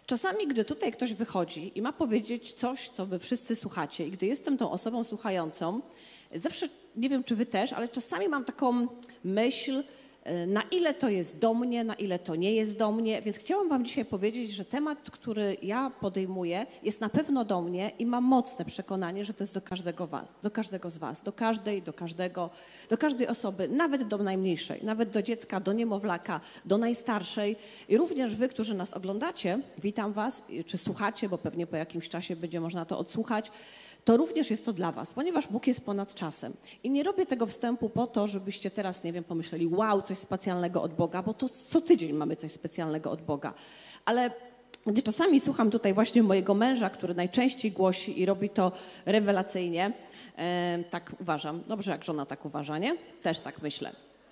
Czasami, gdy tutaj ktoś wychodzi i ma powiedzieć coś, co wy wszyscy słuchacie i gdy jestem tą osobą słuchającą, zawsze, nie wiem czy wy też, ale czasami mam taką myśl, na ile to jest do mnie, na ile to nie jest do mnie, więc chciałam wam dzisiaj powiedzieć, że temat, który ja podejmuję, jest na pewno do mnie i mam mocne przekonanie, że to jest do każdego z was, do każdej osoby, nawet do najmniejszej, nawet do dziecka, do niemowlaka, do najstarszej i również wy, którzy nas oglądacie, witam was, czy słuchacie, bo pewnie po jakimś czasie będzie można to odsłuchać, to również jest to dla was, ponieważ Bóg jest ponad czasem. I nie robię tego wstępu po to, żebyście teraz, nie wiem, pomyśleli, wow, coś specjalnego od Boga, bo to co tydzień mamy coś specjalnego od Boga. Ale gdy czasami słucham tutaj właśnie mojego męża, który najczęściej głosi i robi to rewelacyjnie, tak uważam, dobrze jak żona tak uważa, nie? Też tak myślę.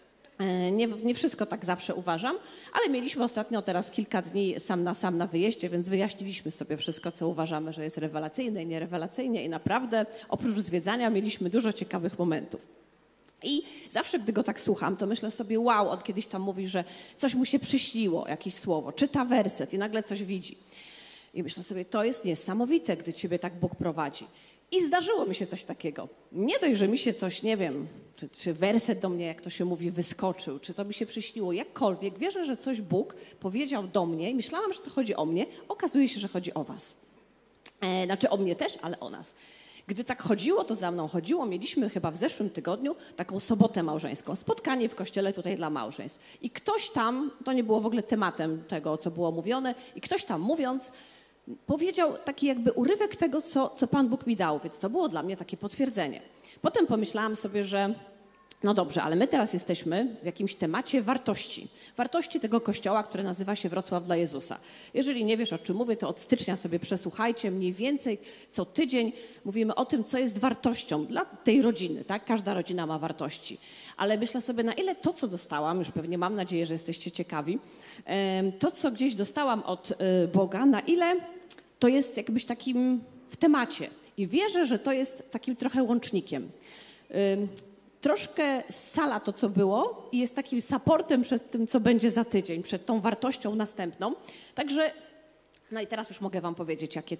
Nie wszystko tak zawsze uważam, ale mieliśmy ostatnio teraz kilka dni sam na wyjeździe, więc wyjaśniliśmy sobie wszystko, co uważamy, że jest rewelacyjne i nierewelacyjnie i naprawdę oprócz zwiedzania mieliśmy dużo ciekawych momentów. I zawsze, gdy go tak słucham, to myślę sobie, wow, on kiedyś tam mówi, że coś mu się przyśniło, jakieś słowo, czyta werset i nagle coś widzi. I myślę sobie, to jest niesamowite, gdy ciebie tak Bóg prowadzi. I zdarzyło mi się coś takiego. Nie dość, że mi się coś, nie wiem, czy werset do mnie, jak to się mówi, wyskoczył, czy to mi się przyśniło, jakkolwiek. Wierzę, że coś Bóg powiedział do mnie i myślałam, że to chodzi o mnie. Okazuje się, że chodzi o was. Znaczy o mnie też, ale o nas. Gdy tak chodziło, to za mną chodziło. Mieliśmy chyba w zeszłym tygodniu taką sobotę małżeńską, spotkanie w kościele tutaj dla małżeństw. I ktoś tam, to nie było w ogóle tematem tego, co było mówione, i ktoś tam mówiąc, powiedział taki jakby urywek tego, co Pan Bóg mi dał, więc to było dla mnie takie potwierdzenie. Potem pomyślałam sobie, że no dobrze, ale my teraz jesteśmy w jakimś temacie wartości. Wartości tego kościoła, które nazywa się Wrocław dla Jezusa. Jeżeli nie wiesz, o czym mówię, to od stycznia sobie przesłuchajcie. Mniej więcej co tydzień mówimy o tym, co jest wartością dla tej rodziny. Tak? Każda rodzina ma wartości. Ale myślę sobie, na ile to, co dostałam, już pewnie mam nadzieję, że jesteście ciekawi, to, co gdzieś dostałam od Boga, na ile to jest jakbyś takim w temacie. I wierzę, że to jest takim trochę łącznikiem. Troszkę scala to, co było i jest takim supportem przed tym, co będzie za tydzień, przed tą wartością następną. Także, no i teraz już mogę wam powiedzieć, jakie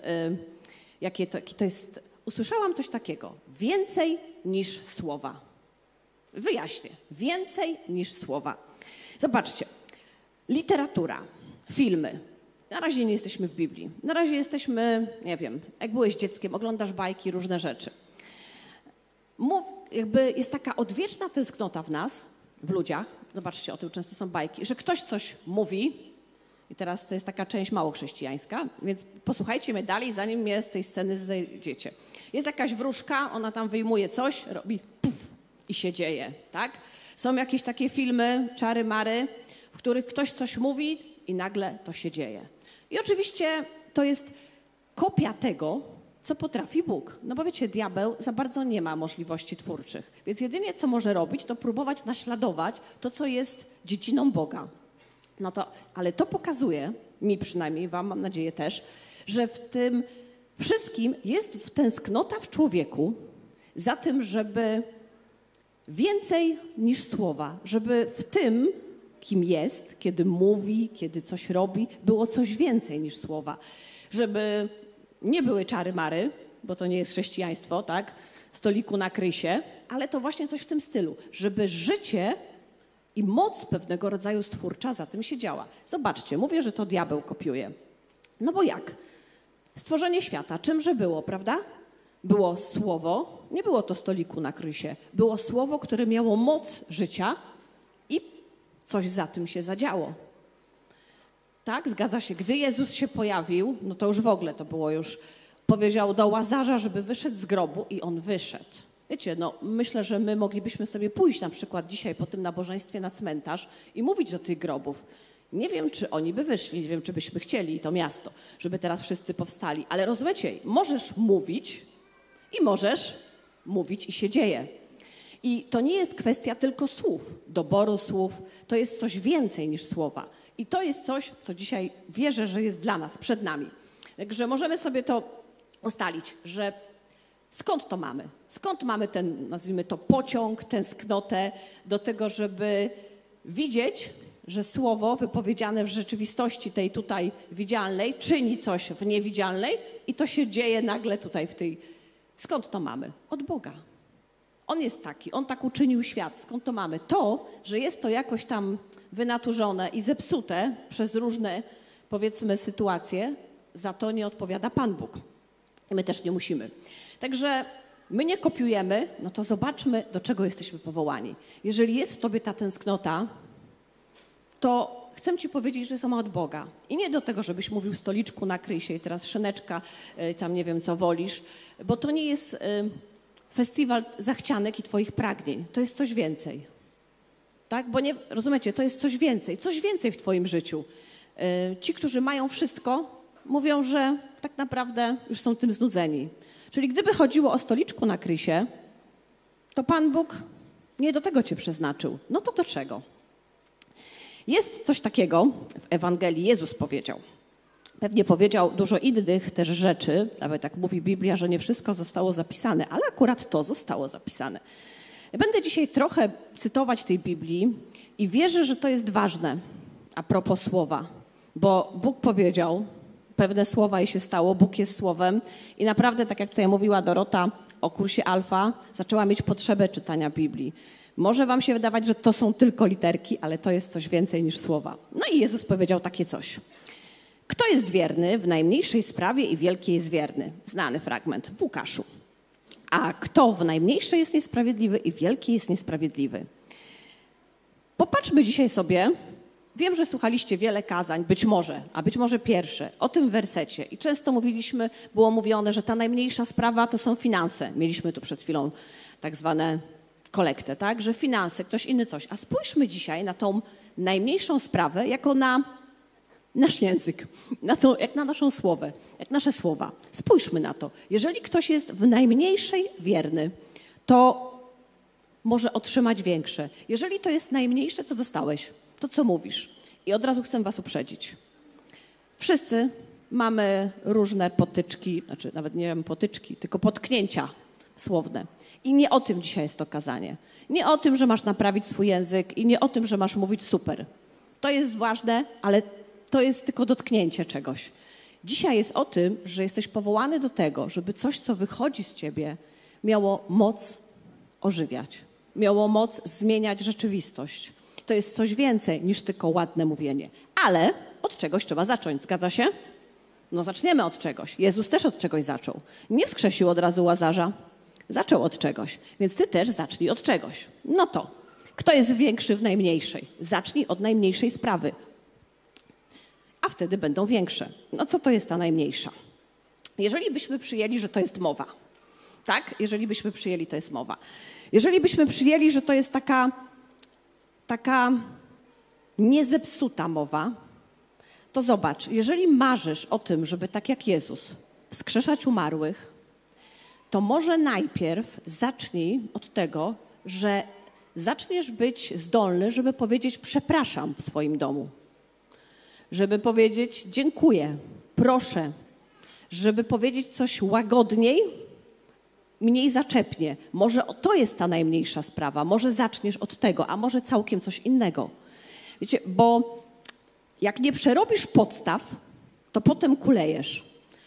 to jest. Usłyszałam coś takiego. Więcej niż słowa. Wyjaśnię. Więcej niż słowa. Zobaczcie. Literatura, filmy. Na razie nie jesteśmy w Biblii. Na razie jesteśmy, nie wiem, jak byłeś dzieckiem, oglądasz bajki, różne rzeczy. Jakby jest taka odwieczna tęsknota w nas, w ludziach, zobaczcie, o tym często są bajki, że ktoś coś mówi i teraz to jest taka część mało chrześcijańska, więc posłuchajcie mnie dalej, zanim mnie z tej sceny zejdziecie. Jest jakaś wróżka, ona tam wyjmuje coś, robi puf i się dzieje, tak? Są jakieś takie filmy, czary mary, w których ktoś coś mówi i nagle to się dzieje. I oczywiście to jest kopia tego, co potrafi Bóg. No bo wiecie, diabeł za bardzo nie ma możliwości twórczych. Więc jedynie, co może robić, to próbować naśladować to, co jest dziedziną Boga. No to, ale to pokazuje, mi przynajmniej, wam mam nadzieję też, że w tym wszystkim jest tęsknota w człowieku za tym, żeby więcej niż słowa, żeby w tym, kim jest, kiedy mówi, kiedy coś robi, było coś więcej niż słowa. Żeby nie były czary mary, bo to nie jest chrześcijaństwo, tak? Stoliku nakryj się, ale to właśnie coś w tym stylu, żeby życie i moc pewnego rodzaju stwórcza za tym się działa. Zobaczcie, mówię, że to diabeł kopiuje. No bo jak? Stworzenie świata, czymże było, prawda? Było słowo, nie było to stoliku nakryj się, było słowo, które miało moc życia i coś za tym się zadziało. Tak, zgadza się. Gdy Jezus się pojawił, no to już w ogóle to było już, powiedział do Łazarza, żeby wyszedł z grobu i on wyszedł. Wiecie, no myślę, że my moglibyśmy sobie pójść na przykład dzisiaj po tym nabożeństwie na cmentarz i mówić do tych grobów. Nie wiem, czy oni by wyszli, nie wiem, czy byśmy chcieli to miasto, żeby teraz wszyscy powstali, ale rozumiecie, możesz mówić i się dzieje. I to nie jest kwestia tylko słów, doboru słów, to jest coś więcej niż słowa. I to jest coś, co dzisiaj wierzę, że jest dla nas, przed nami. Także możemy sobie to ustalić, że skąd to mamy? Skąd mamy ten, nazwijmy to, pociąg, tęsknotę do tego, żeby widzieć że słowo wypowiedziane w rzeczywistości tej tutaj widzialnej czyni coś w niewidzialnej i to się dzieje nagle tutaj w tej... Skąd to mamy? Od Boga. On jest taki, On tak uczynił świat. Skąd to mamy? To, że jest to jakoś tam wynaturzone i zepsute przez różne, powiedzmy, sytuacje, za to nie odpowiada Pan Bóg. I my też nie musimy. Także my nie kopiujemy, no to zobaczmy, do czego jesteśmy powołani. Jeżeli jest w tobie ta tęsknota, to chcę ci powiedzieć, że jest ona od Boga. I nie do tego, żebyś mówił stoliczku, nakryj się i teraz szyneczka, tam nie wiem co wolisz, bo to nie jest festiwal zachcianek i twoich pragnień. To jest coś więcej. Tak? Bo nie, rozumiecie, to jest coś więcej w twoim życiu. Ci, którzy mają wszystko, mówią, że tak naprawdę już są tym znudzeni. Czyli gdyby chodziło o stoliczku nakryj się, to Pan Bóg nie do tego cię przeznaczył. No to do czego? Jest coś takiego, w Ewangelii Jezus powiedział. Pewnie powiedział dużo innych też rzeczy, nawet tak mówi Biblia, że nie wszystko zostało zapisane, ale akurat to zostało zapisane. Będę dzisiaj trochę cytować tej Biblii i wierzę, że to jest ważne a propos słowa, bo Bóg powiedział pewne słowa i się stało, Bóg jest słowem i naprawdę, tak jak tutaj mówiła Dorota o kursie Alfa, zaczęła mieć potrzebę czytania Biblii. Może wam się wydawać, że to są tylko literki, ale to jest coś więcej niż słowa. No i Jezus powiedział takie coś. Kto jest wierny w najmniejszej sprawie i wielkiej jest wierny? Znany fragment w Łukaszu. A kto w najmniejszej jest niesprawiedliwy i wielkiej jest niesprawiedliwy? Popatrzmy dzisiaj sobie. Wiem, że słuchaliście wiele kazań, być może pierwsze, o tym wersecie. I często było mówione, że ta najmniejsza sprawa to są finanse. Mieliśmy tu przed chwilą tak zwane kolektę, tak? Że finanse, ktoś inny coś. A spójrzmy dzisiaj na tą najmniejszą sprawę jako na nasz język, jak na naszą słowę, jak nasze słowa. Spójrzmy na to. Jeżeli ktoś jest w najmniejszej wierny, to może otrzymać większe. Jeżeli to jest najmniejsze, co dostałeś, to co mówisz? I od razu chcę was uprzedzić. Wszyscy mamy różne potyczki, znaczy nawet nie wiem potyczki, tylko potknięcia słowne. I nie o tym dzisiaj jest to kazanie. Nie o tym, że masz naprawić swój język i nie o tym, że masz mówić super. To jest ważne, ale to jest tylko dotknięcie czegoś. Dzisiaj jest o tym, że jesteś powołany do tego, żeby coś, co wychodzi z ciebie, miało moc ożywiać. Miało moc zmieniać rzeczywistość. To jest coś więcej niż tylko ładne mówienie. Ale od czegoś trzeba zacząć, zgadza się? No zaczniemy od czegoś. Jezus też od czegoś zaczął. Nie wskrzesił od razu Łazarza. Zaczął od czegoś. Więc ty też zacznij od czegoś. No to, kto jest większy w najmniejszej? Zacznij od najmniejszej sprawy. A wtedy będą większe. No co to jest ta najmniejsza? Jeżeli byśmy przyjęli, że to jest mowa. Tak? Jeżeli byśmy przyjęli, to jest mowa. Jeżeli byśmy przyjęli, że to jest taka niezepsuta mowa, to zobacz, jeżeli marzysz o tym, żeby tak jak Jezus wskrzeszać umarłych, to może najpierw zacznij od tego, że zaczniesz być zdolny, żeby powiedzieć przepraszam w swoim domu. Żeby powiedzieć dziękuję, proszę. Żeby powiedzieć coś łagodniej, mniej zaczepnie. Może to jest ta najmniejsza sprawa. Może zaczniesz od tego, a może całkiem coś innego. Wiecie, bo jak nie przerobisz podstaw, to potem kulejesz.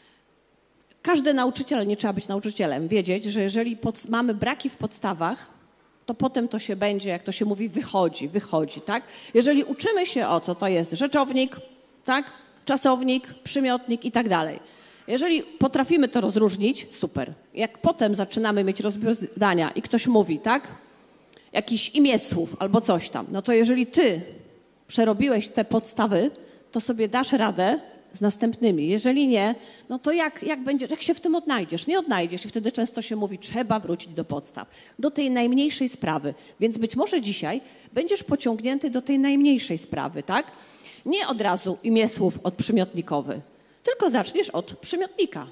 Każdy nauczyciel, ale nie trzeba być nauczycielem, wiedzieć, że jeżeli mamy braki w podstawach, to potem to się będzie, jak to się mówi, wychodzi, tak? Jeżeli uczymy się o co to jest rzeczownik, tak? Czasownik, przymiotnik i tak dalej. Jeżeli potrafimy to rozróżnić, super. Jak potem zaczynamy mieć rozbiór zdania i ktoś mówi, tak? Jakiś imię słów albo coś tam, no to jeżeli ty przerobiłeś te podstawy, to sobie dasz radę z następnymi. Jeżeli nie, no to jak się w tym odnajdziesz? Nie odnajdziesz i wtedy często się mówi, trzeba wrócić do podstaw, do tej najmniejszej sprawy. Więc być może dzisiaj będziesz pociągnięty do tej najmniejszej sprawy, tak? Nie od razu imię słów odprzymiotnikowy, tylko zaczniesz od przymiotnika.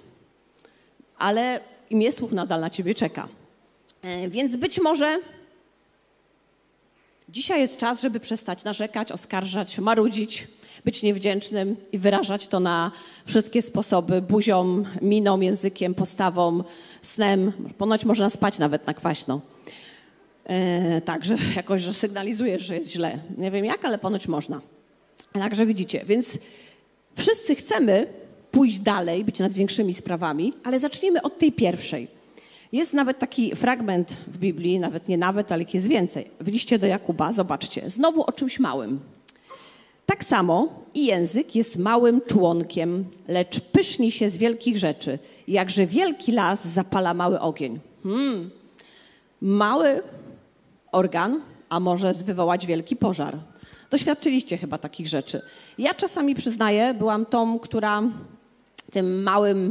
Ale imię słów nadal na ciebie czeka. Więc być może dzisiaj jest czas, żeby przestać narzekać, oskarżać, marudzić, być niewdzięcznym i wyrażać to na wszystkie sposoby, buzią, miną, językiem, postawą, snem. Ponoć można spać nawet na kwaśno. Także jakoś, że sygnalizujesz, że jest źle. Nie wiem jak, ale ponoć można. Także widzicie, więc wszyscy chcemy pójść dalej, być nad większymi sprawami, ale zacznijmy od tej pierwszej. Jest nawet taki fragment w Biblii, ale ich jest więcej. W liście do Jakuba, zobaczcie, znowu o czymś małym. Tak samo i język jest małym członkiem, lecz pyszni się z wielkich rzeczy. Jakże wielki las zapala mały ogień. Mały organ, a może wywołać wielki pożar. Doświadczyliście chyba takich rzeczy. Ja czasami przyznaję, byłam tą, która tym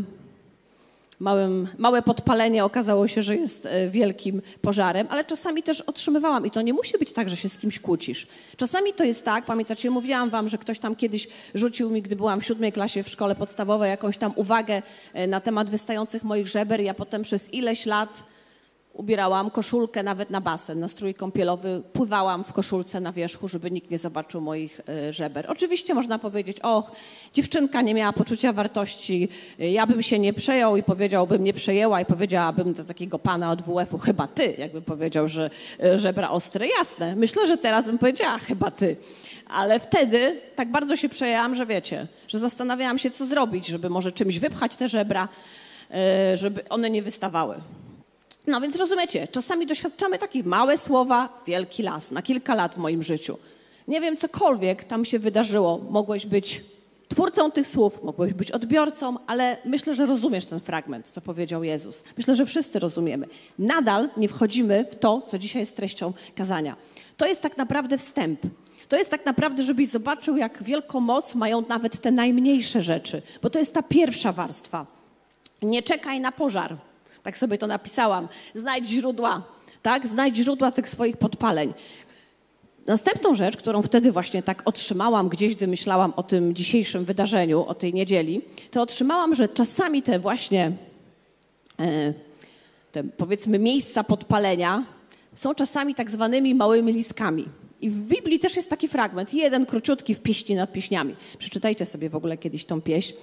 małe podpalenie okazało się, że jest wielkim pożarem, ale czasami też otrzymywałam i to nie musi być tak, że się z kimś kłócisz. Czasami to jest tak, pamiętacie, mówiłam wam, że ktoś tam kiedyś rzucił mi, gdy byłam w 7. klasie w szkole podstawowej, jakąś tam uwagę na temat wystających moich żeber. Ja potem przez ileś lat ubierałam koszulkę nawet na basen, na strój kąpielowy. Pływałam w koszulce na wierzchu, żeby nikt nie zobaczył moich żeber. Oczywiście można powiedzieć, dziewczynka nie miała poczucia wartości, ja bym się nie przejął i powiedziałbym, nie przejęła i powiedziałabym do takiego pana od WF-u, chyba ty, jakby powiedział, że żebra ostre. Jasne, myślę, że teraz bym powiedziała, chyba ty. Ale wtedy tak bardzo się przejęłam, że wiecie, że zastanawiałam się, co zrobić, żeby może czymś wypchać te żebra, żeby one nie wystawały. No więc rozumiecie, czasami doświadczamy takich małe słowa, wielki las, na kilka lat w moim życiu. Nie wiem, cokolwiek tam się wydarzyło. Mogłeś być twórcą tych słów, mogłeś być odbiorcą, ale myślę, że rozumiesz ten fragment, co powiedział Jezus. Myślę, że wszyscy rozumiemy. Nadal nie wchodzimy w to, co dzisiaj jest treścią kazania. To jest tak naprawdę wstęp. To jest tak naprawdę, żebyś zobaczył, jak wielką moc mają nawet te najmniejsze rzeczy, bo to jest ta pierwsza warstwa. Nie czekaj na pożar. Tak sobie to napisałam. Znajdź źródła, tak? Znajdź źródła tych swoich podpaleń. Następną rzecz, którą wtedy właśnie tak otrzymałam gdzieś, gdy myślałam o tym dzisiejszym wydarzeniu, o tej niedzieli, to otrzymałam, że czasami te właśnie, te powiedzmy miejsca podpalenia są czasami tak zwanymi małymi listkami. I w Biblii też jest taki fragment, jeden króciutki w Pieśni nad Pieśniami. Przeczytajcie sobie w ogóle kiedyś tą pieśń.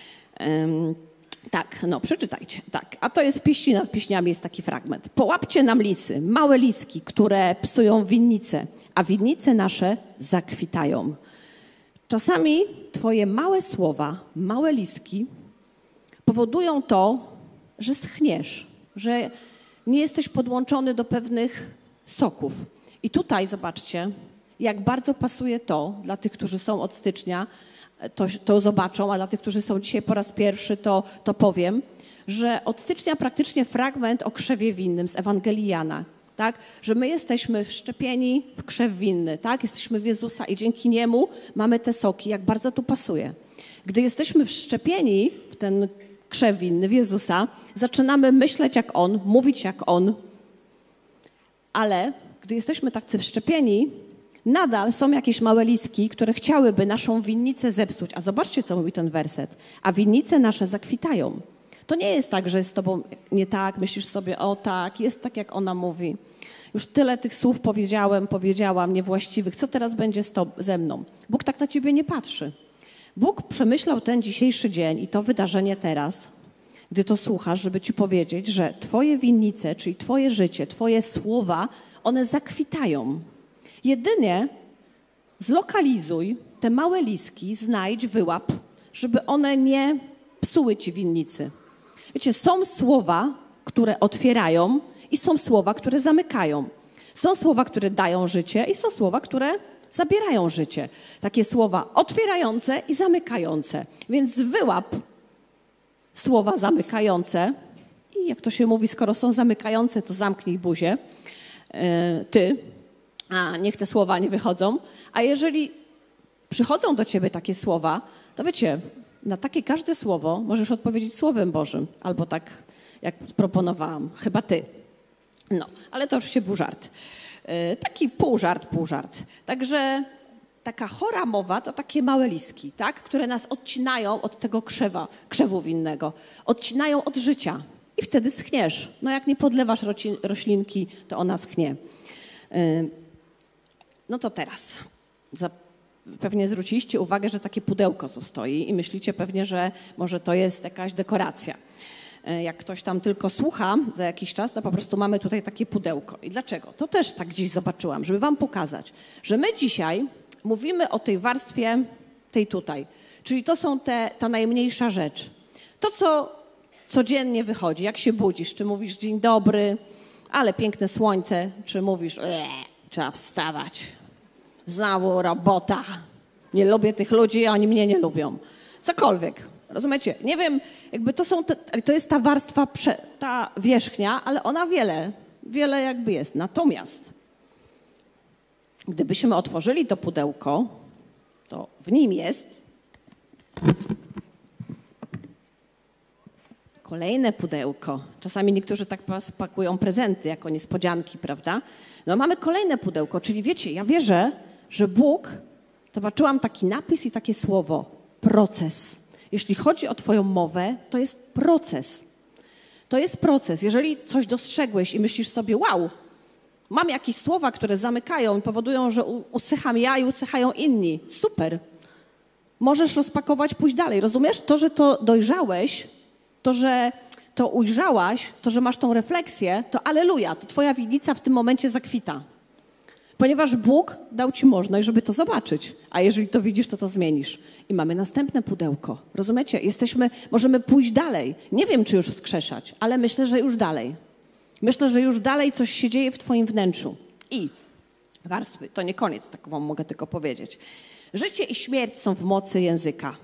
Tak, przeczytajcie. Tak, a to jest w Pieśni nad Pieśniami, jest taki fragment. Połapcie nam lisy, małe liski, które psują winnice, a winnice nasze zakwitają. Czasami twoje małe słowa, małe liski powodują to, że schniesz, że nie jesteś podłączony do pewnych soków. I tutaj zobaczcie, jak bardzo pasuje to dla tych, którzy są od stycznia, to zobaczą, a dla tych, którzy są dzisiaj po raz pierwszy, to powiem, że od stycznia praktycznie fragment o krzewie winnym z Ewangelii Jana, tak? Że my jesteśmy wszczepieni w krzew winny, tak? Jesteśmy w Jezusa i dzięki Niemu mamy te soki, jak bardzo tu pasuje. Gdy jesteśmy wszczepieni w ten krzew winny, w Jezusa, zaczynamy myśleć jak On, mówić jak On, ale gdy jesteśmy tacy wszczepieni, nadal są jakieś małe listki, które chciałyby naszą winnicę zepsuć. A zobaczcie, co mówi ten werset. A winnice nasze zakwitają. To nie jest tak, że jest z tobą nie tak, myślisz sobie, o tak, jest tak, jak ona mówi. Już tyle tych słów powiedziałam niewłaściwych. Co teraz będzie ze mną? Bóg tak na ciebie nie patrzy. Bóg przemyślał ten dzisiejszy dzień i to wydarzenie teraz, gdy to słuchasz, żeby ci powiedzieć, że twoje winnice, czyli twoje życie, twoje słowa, one zakwitają. Jedynie zlokalizuj te małe listki, znajdź, wyłap, żeby one nie psuły ci winnicy. Wiecie, są słowa, które otwierają i są słowa, które zamykają. Są słowa, które dają życie i są słowa, które zabierają życie. Takie słowa otwierające i zamykające. Więc wyłap słowa zamykające i jak to się mówi, skoro są zamykające, to zamknij buzię. Ty. A niech te słowa nie wychodzą. A jeżeli przychodzą do ciebie takie słowa, to wiecie, na takie każde słowo możesz odpowiedzieć Słowem Bożym. Albo tak, jak proponowałam, chyba ty. No, ale to już się był żart. Taki pół żart. Także taka chora mowa to takie małe listki, tak? Które nas odcinają od tego krzewu winnego. Odcinają od życia. I wtedy schniesz. No jak nie podlewasz roślinki, to ona schnie. No to teraz. Pewnie zwróciliście uwagę, że takie pudełko tu stoi i myślicie pewnie, że może to jest jakaś dekoracja. Jak ktoś tam tylko słucha za jakiś czas, to po prostu mamy tutaj takie pudełko. I dlaczego? To też tak gdzieś zobaczyłam, żeby wam pokazać, że my dzisiaj mówimy o tej warstwie, tej tutaj. Czyli to są ta najmniejsza rzecz. To, co codziennie wychodzi, jak się budzisz, czy mówisz dzień dobry, ale piękne słońce, czy mówisz trzeba wstawać, znowu robota, nie lubię tych ludzi, a oni mnie nie lubią. Cokolwiek, rozumiecie? Nie wiem, jakby to jest ta warstwa, ta wierzchnia, ale ona wiele jakby jest. Natomiast gdybyśmy otworzyli to pudełko, to w nim jest kolejne pudełko. Czasami niektórzy tak pakują prezenty jako niespodzianki, prawda? No mamy kolejne pudełko, czyli wiecie, ja wierzę, że Bóg, zobaczyłam taki napis i takie słowo, proces. Jeśli chodzi o twoją mowę, to jest proces. To jest proces. Jeżeli coś dostrzegłeś i myślisz sobie, wow, mam jakieś słowa, które zamykają i powodują, że usycham ja i usychają inni. Super. Możesz rozpakować, pójść dalej. Rozumiesz? To, że to dojrzałeś, to, że to ujrzałaś, to, że masz tą refleksję, to alleluja, to twoja winnica w tym momencie zakwita. Ponieważ Bóg dał ci możliwość, żeby to zobaczyć. A jeżeli to widzisz, to zmienisz. I mamy następne pudełko. Rozumiecie? Możemy pójść dalej. Nie wiem, czy już wskrzeszać, ale myślę, że już dalej. Myślę, że już dalej coś się dzieje w twoim wnętrzu. I warstwy, to nie koniec, tak wam mogę tylko powiedzieć. Życie i śmierć są w mocy języka.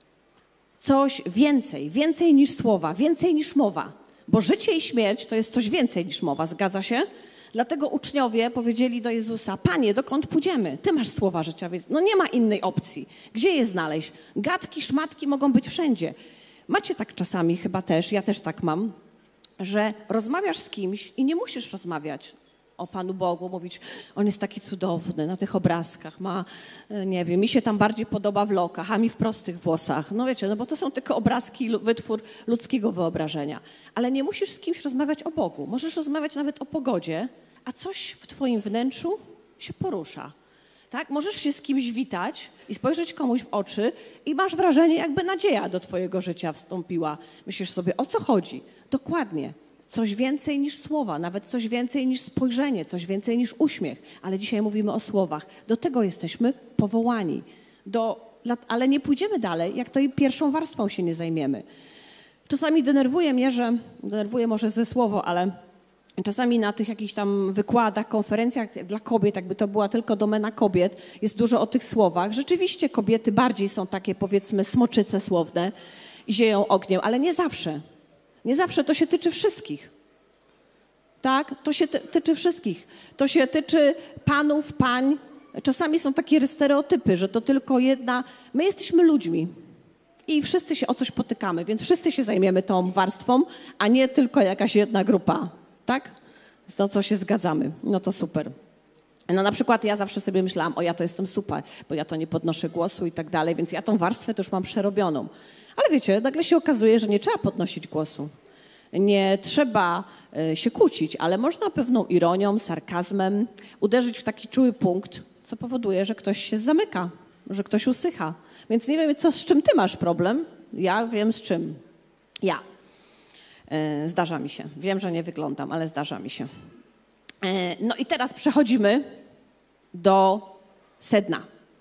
Coś więcej niż słowa, więcej niż mowa. Bo życie i śmierć to jest coś więcej niż mowa, zgadza się? Dlatego uczniowie powiedzieli do Jezusa, Panie, dokąd pójdziemy? Ty masz słowa życia, więc no nie ma innej opcji. Gdzie je znaleźć? Gadki, szmatki mogą być wszędzie. Macie tak czasami chyba też, ja też tak mam, że rozmawiasz z kimś i nie musisz rozmawiać o Panu Bogu, mówić, on jest taki cudowny na tych obrazkach, ma, nie wiem, mi się tam bardziej podoba w lokach, a mi w prostych włosach. No wiecie, no bo to są tylko obrazki, wytwór ludzkiego wyobrażenia. Ale nie musisz z kimś rozmawiać o Bogu. Możesz rozmawiać nawet o pogodzie, a coś w twoim wnętrzu się porusza. Tak? Możesz się z kimś witać i spojrzeć komuś w oczy i masz wrażenie, jakby nadzieja do twojego życia wstąpiła. Myślisz sobie, o co chodzi? Dokładnie. Coś więcej niż słowa, nawet coś więcej niż spojrzenie, coś więcej niż uśmiech. Ale dzisiaj mówimy o słowach. Do tego jesteśmy powołani. Ale nie pójdziemy dalej, jak to i pierwszą warstwą się nie zajmiemy. Czasami denerwuje może złe słowo, ale czasami na tych jakichś tam wykładach, konferencjach dla kobiet, jakby to była tylko domena kobiet, jest dużo o tych słowach. Rzeczywiście kobiety bardziej są takie, powiedzmy, smoczyce słowne i zieją ogniem, ale nie zawsze. Nie zawsze to się tyczy wszystkich. Tak? To się tyczy wszystkich. To się tyczy panów, pań. Czasami są takie stereotypy, że to tylko jedna... My jesteśmy ludźmi i wszyscy się o coś potykamy, więc wszyscy się zajmiemy tą warstwą, a nie tylko jakaś jedna grupa. Tak? No co się zgadzamy. No to super. No na przykład ja zawsze sobie myślałam, ja to jestem super, bo ja to nie podnoszę głosu i tak dalej, więc ja tą warstwę to już mam przerobioną. Ale wiecie, nagle się okazuje, że nie trzeba podnosić głosu. Nie trzeba się kłócić, ale można pewną ironią, sarkazmem uderzyć w taki czuły punkt, co powoduje, że ktoś się zamyka, że ktoś usycha. Więc nie wiem, z czym ty masz problem. Ja wiem z czym. Zdarza mi się. Wiem, że nie wyglądam, ale zdarza mi się. No i teraz przechodzimy do sedna.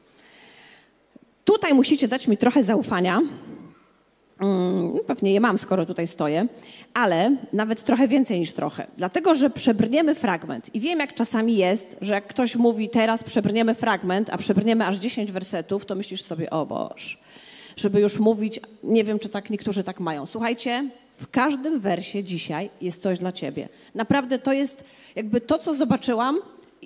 Tutaj musicie dać mi trochę zaufania. Pewnie je mam, skoro tutaj stoję, ale nawet trochę więcej niż trochę. Dlatego, że przebrniemy fragment. I wiem, jak czasami jest, że jak ktoś mówi teraz przebrniemy fragment, a przebrniemy aż 10 wersetów, to myślisz sobie, o Boże, żeby już mówić, nie wiem, czy tak niektórzy tak mają. Słuchajcie, w każdym wersie dzisiaj jest coś dla ciebie. Naprawdę to jest jakby to, co zobaczyłam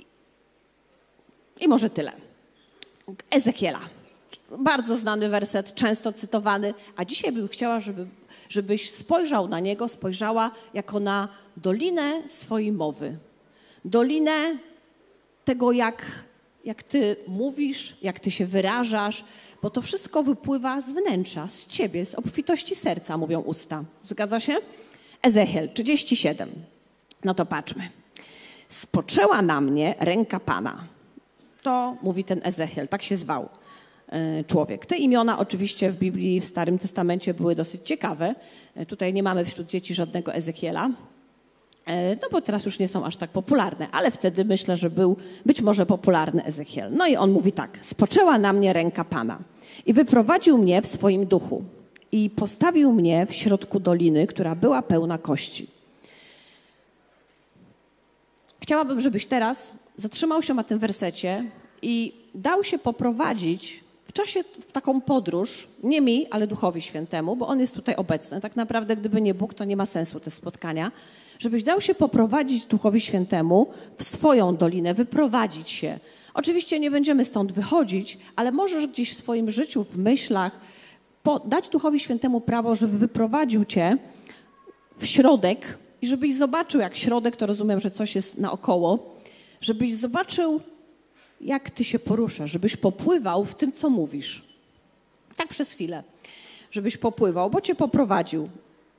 i może tyle. Ezechiela. Bardzo znany werset, często cytowany, a dzisiaj bym chciała, żebyś spojrzał na niego, spojrzała jako na dolinę swojej mowy. Dolinę tego, jak ty mówisz, jak ty się wyrażasz, bo to wszystko wypływa z wnętrza, z ciebie, z obfitości serca, mówią usta. Zgadza się? Ezechiel 37. No to patrzmy. Spoczęła na mnie ręka Pana. To mówi ten Ezechiel, tak się zwał. człowiek. Te imiona oczywiście w Biblii, w Starym Testamencie były dosyć ciekawe. Tutaj nie mamy wśród dzieci żadnego Ezechiela, no bo teraz już nie są aż tak popularne, ale wtedy myślę, że był być może popularny Ezechiel. No i on mówi tak: spoczęła na mnie ręka Pana i wyprowadził mnie w swoim duchu i postawił mnie w środku doliny, która była pełna kości. Chciałabym, żebyś teraz zatrzymał się na tym wersecie i dał się poprowadzić w czasie w taką podróż, nie mi, ale Duchowi Świętemu, bo On jest tutaj obecny. Tak naprawdę, gdyby nie Bóg, to nie ma sensu te spotkania. Żebyś dał się poprowadzić Duchowi Świętemu w swoją dolinę, wyprowadzić się. Oczywiście nie będziemy stąd wychodzić, ale możesz gdzieś w swoim życiu, w myślach dać Duchowi Świętemu prawo, żeby wyprowadził cię w środek i żebyś zobaczył, jak środek, to rozumiem, że coś jest naokoło, żebyś zobaczył, jak ty się poruszasz, żebyś popływał w tym, co mówisz. Tak przez chwilę, żebyś popływał, bo cię poprowadził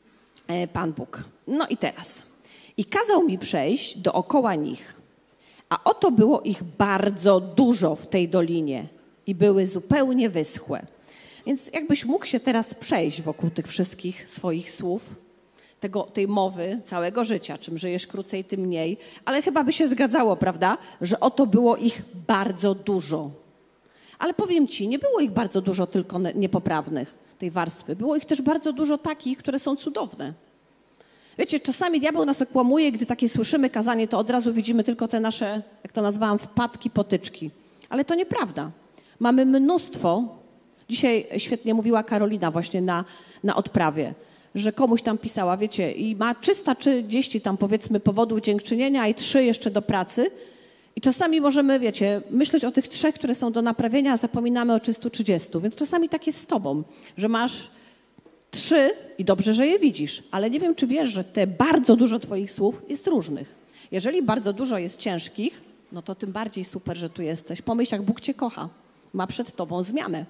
Pan Bóg. No i teraz. I kazał mi przejść dookoła nich, a oto było ich bardzo dużo w tej dolinie i były zupełnie wyschłe. Więc jakbyś mógł się teraz przejść wokół tych wszystkich swoich słów, tej mowy całego życia. Czym żyjesz krócej, tym mniej. Ale chyba by się zgadzało, prawda, że oto było ich bardzo dużo. Ale powiem ci, nie było ich bardzo dużo tylko niepoprawnych, tej warstwy. Było ich też bardzo dużo takich, które są cudowne. Wiecie, czasami diabeł nas okłamuje, gdy takie słyszymy kazanie, to od razu widzimy tylko te nasze, jak to nazwałam, wpadki, potyczki. Ale to nieprawda. Mamy mnóstwo, dzisiaj świetnie mówiła Karolina właśnie na odprawie, że komuś tam pisała, wiecie, i ma 330 tam powiedzmy powodów dziękczynienia i 3 jeszcze do pracy. I czasami możemy, wiecie, myśleć o tych 3, które są do naprawienia, a zapominamy o 330. Więc czasami tak jest z tobą, że masz 3 i dobrze, że je widzisz, ale nie wiem, czy wiesz, że te bardzo dużo twoich słów jest różnych. Jeżeli bardzo dużo jest ciężkich, no to tym bardziej super, że tu jesteś. Pomyśl, jak Bóg cię kocha. Ma przed tobą zmianę.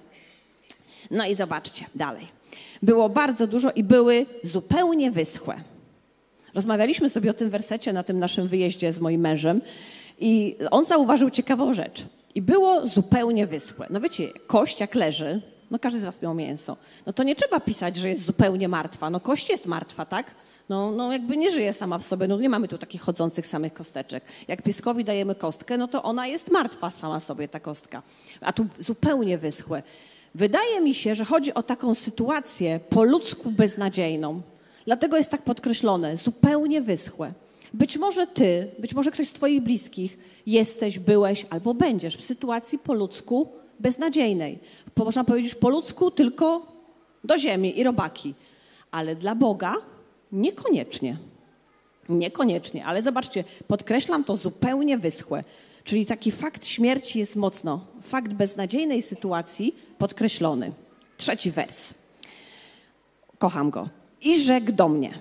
No i zobaczcie dalej. Było bardzo dużo i były zupełnie wyschłe. Rozmawialiśmy sobie o tym wersecie na tym naszym wyjeździe z moim mężem i on zauważył ciekawą rzecz. I było zupełnie wyschłe. No wiecie, kość jak leży, no każdy z was miał mięso, no to nie trzeba pisać, że jest zupełnie martwa. No kość jest martwa, tak? No jakby nie żyje sama w sobie, no nie mamy tu takich chodzących samych kosteczek. Jak pieskowi dajemy kostkę, no to ona jest martwa sama sobie, ta kostka. A tu zupełnie wyschłe. Wydaje mi się, że chodzi o taką sytuację po ludzku beznadziejną. Dlatego jest tak podkreślone, zupełnie wyschłe. Być może ty, być może ktoś z twoich bliskich jesteś, byłeś albo będziesz w sytuacji po ludzku beznadziejnej. Można powiedzieć po ludzku tylko do ziemi i robaki. Ale dla Boga niekoniecznie. Niekoniecznie, ale zobaczcie, podkreślam to zupełnie wyschłe. Czyli taki fakt śmierci jest mocno, fakt beznadziejnej sytuacji podkreślony. 3 wers. Kocham go. I rzekł do mnie,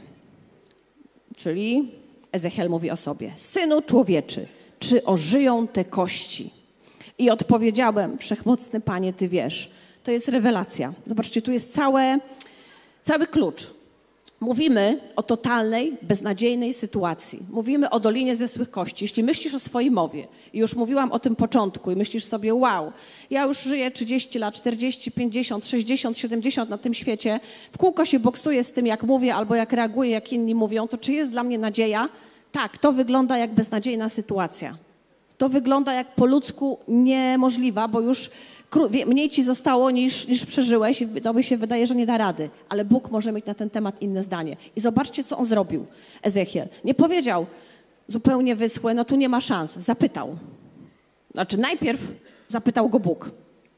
czyli Ezechiel mówi o sobie: Synu człowieczy, czy ożyją te kości? I odpowiedziałem: Wszechmocny Panie, Ty wiesz. To jest rewelacja. Zobaczcie, tu jest cały klucz. Mówimy o totalnej, beznadziejnej sytuacji. Mówimy o dolinie zesłych kości. Jeśli myślisz o swojej mowie, i już mówiłam o tym początku, i myślisz sobie: wow, ja już żyję 30 lat, 40, 50, 60, 70 na tym świecie, w kółko się boksuję z tym, jak mówię, albo jak reaguję, jak inni mówią, to czy jest dla mnie nadzieja? Tak, to wygląda jak beznadziejna sytuacja. To wygląda jak po ludzku niemożliwa, bo już mniej ci zostało niż przeżyłeś i tobie się wydaje, że nie da rady. Ale Bóg może mieć na ten temat inne zdanie. I zobaczcie, co on zrobił, Ezechiel. Nie powiedział zupełnie wyschłe, no tu nie ma szans. Zapytał. Znaczy najpierw zapytał go Bóg.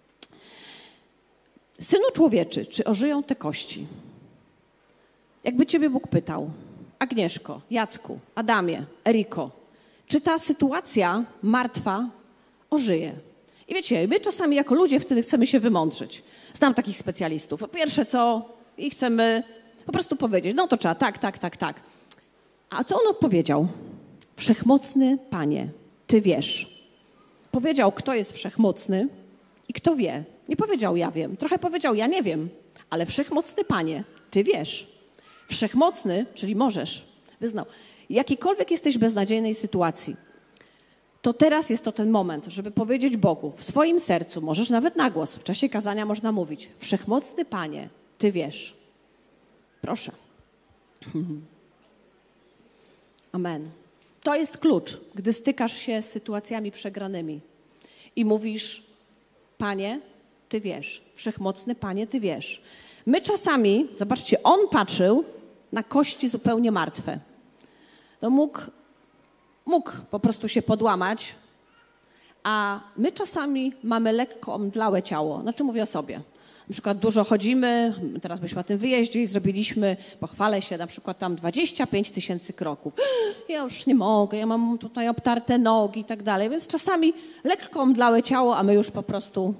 Synu człowieczy, czy ożyją te kości? Jakby ciebie Bóg pytał: Agnieszko, Jacku, Adamie, Eriko, czy ta sytuacja martwa ożyje? I wiecie, my czasami jako ludzie wtedy chcemy się wymądrzyć. Znam takich specjalistów. Pierwsze co, i chcemy po prostu powiedzieć, no to trzeba tak. A co on odpowiedział? Wszechmocny Panie, Ty wiesz. Powiedział, kto jest wszechmocny i kto wie. Nie powiedział, ja wiem. Trochę powiedział, ja nie wiem. Ale wszechmocny Panie, Ty wiesz. Wszechmocny, czyli możesz. Wyznał. Jakiejkolwiek jesteś w beznadziejnej sytuacji, to teraz jest to ten moment, żeby powiedzieć Bogu w swoim sercu, możesz nawet na głos, w czasie kazania można mówić: Wszechmocny Panie, Ty wiesz. Proszę. Amen. To jest klucz, gdy stykasz się z sytuacjami przegranymi i mówisz: Panie, Ty wiesz. Wszechmocny Panie, Ty wiesz. My czasami, zobaczcie, on patrzył na kości zupełnie martwe. To mógł po prostu się podłamać, a my czasami mamy lekko omdlałe ciało. Znaczy mówię o sobie. Na przykład dużo chodzimy, teraz byliśmy na tym wyjeździe i zrobiliśmy, pochwalę się, na przykład tam 25 000 kroków. Ja już nie mogę, ja mam tutaj obtarte nogi i tak dalej, więc czasami lekko omdlałe ciało, a my już po prostu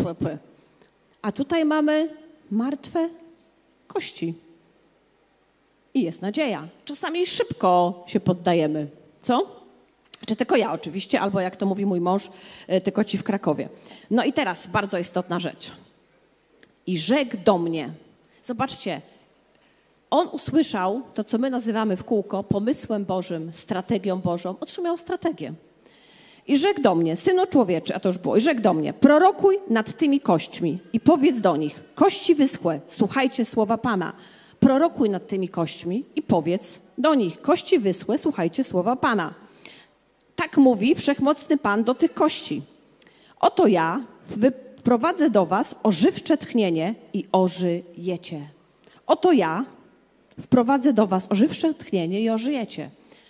A tutaj mamy martwe kości. I jest nadzieja. Czasami szybko się poddajemy. Co? Czy tylko ja oczywiście, albo jak to mówi mój mąż, tylko ci w Krakowie. No i teraz bardzo istotna rzecz. I rzekł do mnie. Zobaczcie, on usłyszał to, co my nazywamy w kółko pomysłem Bożym, strategią Bożą. Otrzymał strategię. I rzekł do mnie: Synu człowieczy, a to już było, i rzekł do mnie: prorokuj nad tymi kośćmi i powiedz do nich: kości wyschłe, słuchajcie słowa Pana. Prorokuj nad tymi kośćmi i powiedz do nich: kości wyschłe, słuchajcie słowa Pana. Tak mówi Wszechmocny Pan do tych kości. Oto ja wprowadzę do was ożywcze tchnienie i ożyjecie. Oto ja wprowadzę do was ożywcze tchnienie i ożyjecie.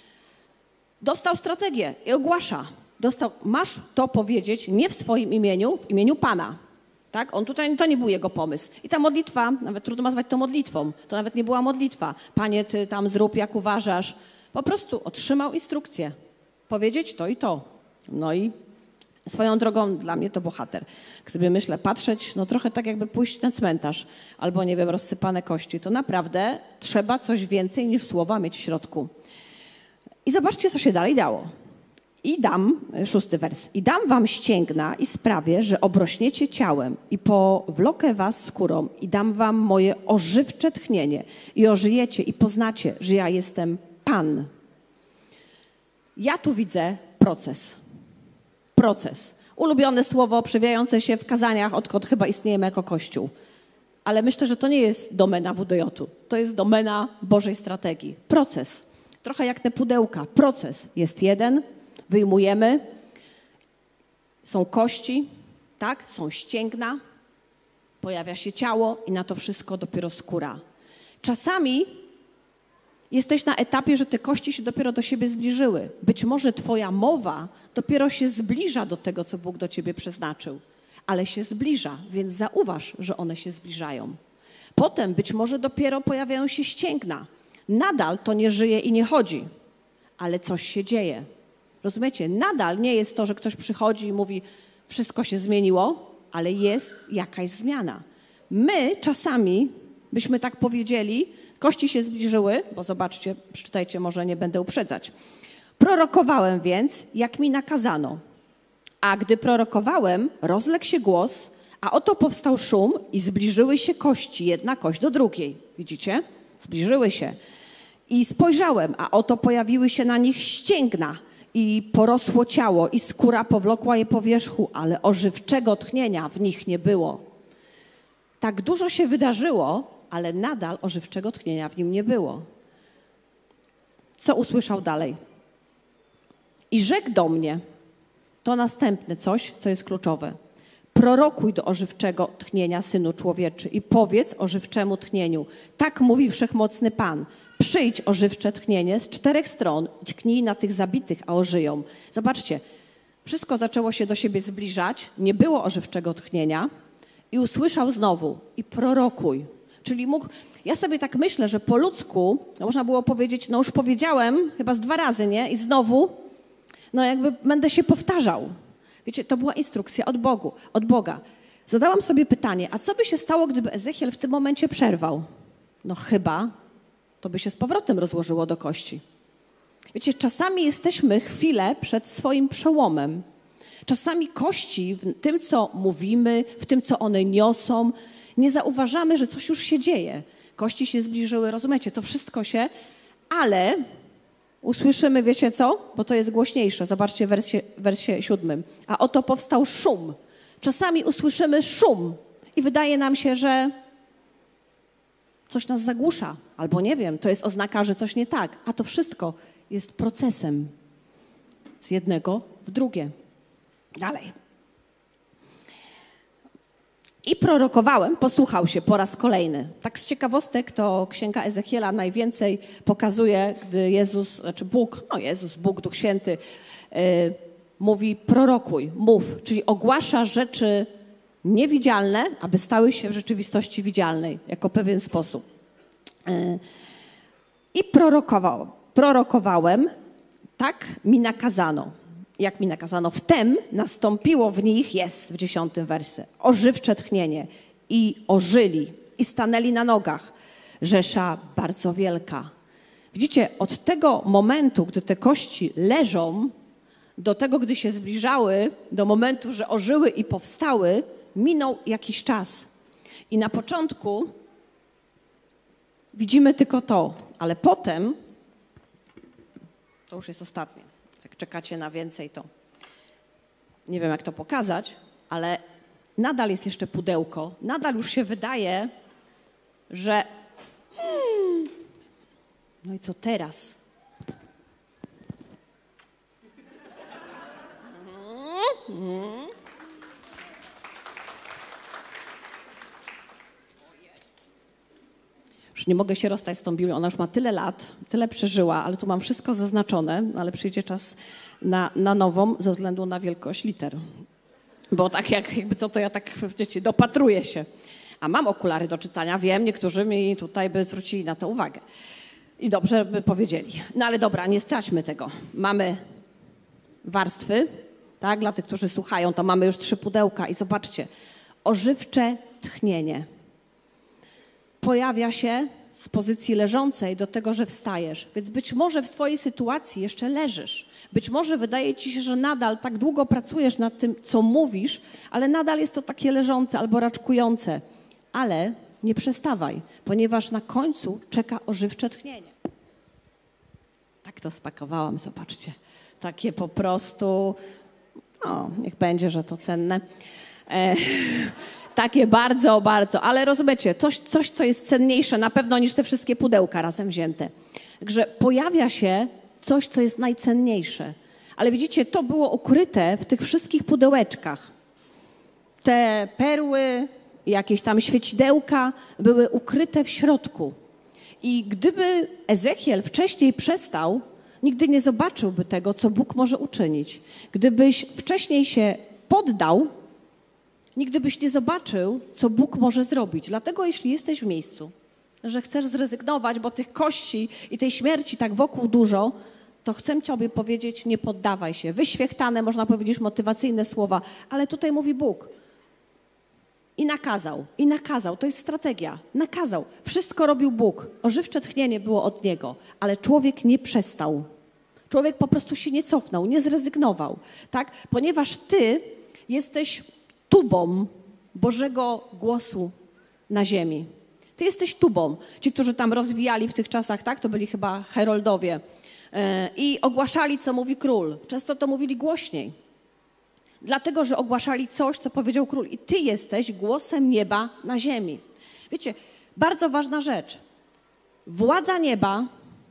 Dostał strategię i ogłasza. Masz to powiedzieć nie w swoim imieniu, w imieniu Pana. Tak? On tutaj, to nie był jego pomysł. I ta modlitwa, nawet trudno nazwać to modlitwą, to nawet nie była modlitwa. Panie, Ty tam zrób jak uważasz. Po prostu otrzymał instrukcję. Powiedzieć to i to. No i swoją drogą dla mnie to bohater. Jak sobie myślę, patrzeć, no trochę tak jakby pójść na cmentarz albo, nie wiem, rozsypane kości. To naprawdę trzeba coś więcej niż słowa mieć w środku. I zobaczcie, co się dalej dało. I dam, 6 wers, i dam wam ścięgna i sprawię, że obrośniecie ciałem i powlokę was skórą i dam wam moje ożywcze tchnienie i ożyjecie i poznacie, że ja jestem Pan. Ja tu widzę proces. Proces. Ulubione słowo przewijające się w kazaniach, odkąd chyba istniejemy jako Kościół. Ale myślę, że to nie jest domena WDJ-u. To jest domena Bożej strategii. Proces. Trochę jak te pudełka. Proces jest jeden, wyjmujemy, są kości, tak? Są ścięgna, pojawia się ciało i na to wszystko dopiero skóra. Czasami jesteś na etapie, że te kości się dopiero do siebie zbliżyły. Być może twoja mowa dopiero się zbliża do tego, co Bóg do ciebie przeznaczył. Ale się zbliża, więc zauważ, że one się zbliżają. Potem być może dopiero pojawiają się ścięgna. Nadal to nie żyje i nie chodzi, ale coś się dzieje. Rozumiecie? Nadal nie jest to, że ktoś przychodzi i mówi: wszystko się zmieniło, ale jest jakaś zmiana. My czasami byśmy tak powiedzieli, kości się zbliżyły, bo zobaczcie, przeczytajcie, może nie będę uprzedzać. Prorokowałem więc, jak mi nakazano. A gdy prorokowałem, rozległ się głos, a oto powstał szum i zbliżyły się kości, jedna kość do drugiej. Widzicie? Zbliżyły się. I spojrzałem, a oto pojawiły się na nich ścięgna i porosło ciało i skóra powlokła je po wierzchu, ale ożywczego tchnienia w nich nie było. Tak dużo się wydarzyło, ale nadal ożywczego tchnienia w nim nie było. Co usłyszał dalej? I rzekł do mnie, to następne coś, co jest kluczowe. Prorokuj do ożywczego tchnienia, Synu człowieczy, i powiedz ożywczemu tchnieniu. Tak mówi Wszechmocny Pan. Przyjdź ożywcze tchnienie z 4 stron i tchnij na tych zabitych, a ożyją. Zobaczcie, wszystko zaczęło się do siebie zbliżać, nie było ożywczego tchnienia i usłyszał znowu i prorokuj. Czyli ja sobie tak myślę, że po ludzku można było powiedzieć, no już powiedziałem chyba z 2 razy, nie? I znowu, no jakby będę się powtarzał. Wiecie, to była instrukcja od Boga. Zadałam sobie pytanie, a co by się stało, gdyby Ezechiel w tym momencie przerwał? No chyba to by się z powrotem rozłożyło do kości. Wiecie, czasami jesteśmy chwilę przed swoim przełomem. Czasami kości w tym, co mówimy, w tym, co one niosą, nie zauważamy, że coś już się dzieje. Kości się zbliżyły, rozumiecie, to wszystko się, ale usłyszymy, wiecie co? Bo to jest głośniejsze. Zobaczcie w wersie 7. A oto powstał szum. Czasami usłyszymy szum i wydaje nam się, że coś nas zagłusza. Albo nie wiem, to jest oznaka, że coś nie tak. A to wszystko jest procesem z jednego w drugie. Dalej. I prorokowałem, posłuchał się po raz kolejny. Tak z ciekawostek to Księga Ezechiela najwięcej pokazuje, gdy Bóg, Duch Święty mówi prorokuj, mów, czyli ogłasza rzeczy niewidzialne, aby stały się w rzeczywistości widzialnej, jako pewien sposób. I prorokowałem, tak mi nakazano. Jak mi nakazano, wtem nastąpiło w nich, jest w 10 wersie, ożywcze tchnienie i ożyli i stanęli na nogach. Rzesza bardzo wielka. Widzicie, od tego momentu, gdy te kości leżą, do tego, gdy się zbliżały, do momentu, że ożyły i powstały, minął jakiś czas. I na początku widzimy tylko to, ale potem, to już jest ostatnie. Jak czekacie na więcej, to nie wiem, jak to pokazać, ale nadal jest jeszcze pudełko. Nadal już się wydaje, że no i co teraz? Już nie mogę się rozstać z tą Biblią. Ona już ma tyle lat, tyle przeżyła, ale tu mam wszystko zaznaczone, ale przyjdzie czas na nową ze względu na wielkość liter. Bo tak jakby co, to ja tak, wiecie, dopatruję się. A mam okulary do czytania, wiem, niektórzy mi tutaj by zwrócili na to uwagę. I dobrze by powiedzieli. No ale dobra, nie straćmy tego. Mamy warstwy, tak? Dla tych, którzy słuchają, to mamy już 3 pudełka i zobaczcie. Ożywcze tchnienie pojawia się z pozycji leżącej do tego, że wstajesz. Więc być może w swojej sytuacji jeszcze leżysz. Być może wydaje ci się, że nadal tak długo pracujesz nad tym, co mówisz, ale nadal jest to takie leżące albo raczkujące. Ale nie przestawaj, ponieważ na końcu czeka ożywcze tchnienie. Tak to spakowałam, zobaczcie. Takie po prostu, niech będzie, że to cenne. Takie bardzo, bardzo, ale rozumiecie, coś, co jest cenniejsze na pewno niż te wszystkie pudełka razem wzięte. Także pojawia się coś, co jest najcenniejsze. Ale widzicie, to było ukryte w tych wszystkich pudełeczkach. Te perły, jakieś tam świecidełka były ukryte w środku. I gdyby Ezechiel wcześniej przestał, nigdy nie zobaczyłby tego, co Bóg może uczynić. Gdybyś wcześniej się poddał, nigdy byś nie zobaczył, co Bóg może zrobić. Dlatego jeśli jesteś w miejscu, że chcesz zrezygnować, bo tych kości i tej śmierci tak wokół dużo, to chcę Tobie powiedzieć, nie poddawaj się. Wyświechtane, można powiedzieć, motywacyjne słowa, ale tutaj mówi Bóg. I nakazał. To jest strategia. Nakazał. Wszystko robił Bóg. Ożywcze tchnienie było od Niego, ale człowiek nie przestał. Człowiek po prostu się nie cofnął, nie zrezygnował, tak? Ponieważ Ty jesteś tubą Bożego głosu na ziemi. Ty jesteś tubą. Ci, którzy tam rozwijali w tych czasach, tak, to byli chyba heroldowie i ogłaszali, co mówi król. Często to mówili głośniej. Dlatego, że ogłaszali coś, co powiedział król. I Ty jesteś głosem nieba na ziemi. Wiecie, bardzo ważna rzecz. Władza nieba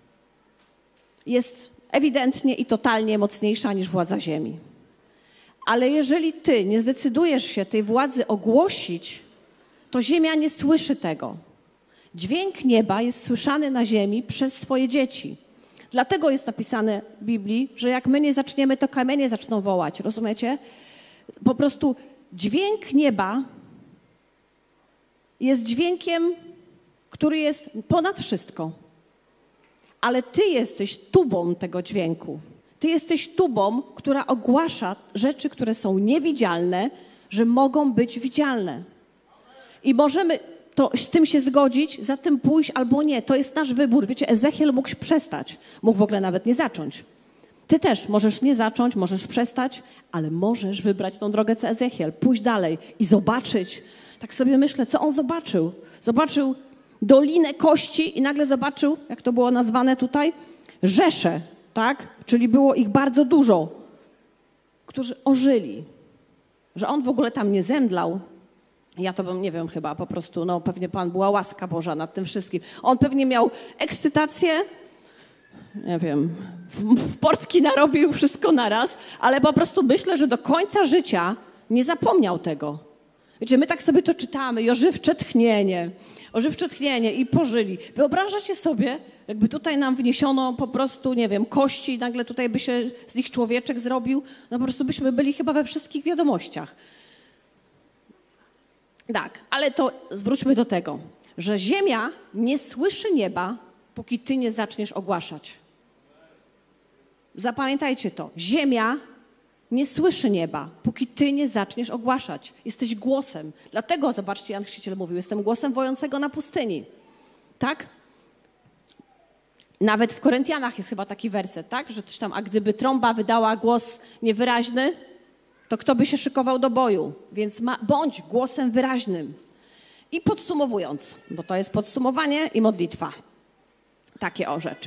jest ewidentnie i totalnie mocniejsza niż władza ziemi. Ale jeżeli Ty nie zdecydujesz się tej władzy ogłosić, to ziemia nie słyszy tego. Dźwięk nieba jest słyszany na ziemi przez swoje dzieci. Dlatego jest napisane w Biblii, że jak my nie zaczniemy, to kamienie zaczną wołać. Rozumiecie? Po prostu dźwięk nieba jest dźwiękiem, który jest ponad wszystko. Ale Ty jesteś tubą tego dźwięku. Ty jesteś tubą, która ogłasza rzeczy, które są niewidzialne, że mogą być widzialne. I możemy z tym się zgodzić, za tym pójść albo nie. To jest nasz wybór. Wiecie, Ezechiel mógł przestać. Mógł w ogóle nawet nie zacząć. Ty też możesz nie zacząć, możesz przestać, ale możesz wybrać tą drogę, co Ezechiel. Pójść dalej i zobaczyć. Tak sobie myślę, co on zobaczył? Zobaczył dolinę kości i nagle zobaczył, jak to było nazwane tutaj, rzeszę. tak? Czyli było ich bardzo dużo, którzy ożyli. Że on w ogóle tam nie zemdlał. Ja to bym, nie wiem, chyba po prostu, no pewnie Pan, była łaska Boża nad tym wszystkim. On pewnie miał ekscytację, nie wiem, w portki narobił wszystko naraz, ale po prostu myślę, że do końca życia nie zapomniał tego. Wiecie, my tak sobie to czytamy i ożywcze tchnienie i pożyli. Wyobrażacie sobie, jakby tutaj nam wniesiono po prostu, nie wiem, kości i nagle tutaj by się z nich człowieczek zrobił, no po prostu byśmy byli chyba we wszystkich wiadomościach. Tak, ale to zwróćmy do tego, że ziemia nie słyszy nieba, póki ty nie zaczniesz ogłaszać. Zapamiętajcie to. Ziemia nie słyszy nieba, póki ty nie zaczniesz ogłaszać. Jesteś głosem. Dlatego, zobaczcie, Jan Chrzciciel mówił, jestem głosem wojącego na pustyni. Tak? Nawet w Koryntianach jest chyba taki werset, tak? Że coś tam, a gdyby trąba wydała głos niewyraźny, to kto by się szykował do boju? Więc bądź głosem wyraźnym. I podsumowując, bo to jest podsumowanie i modlitwa. Takie rzeczy.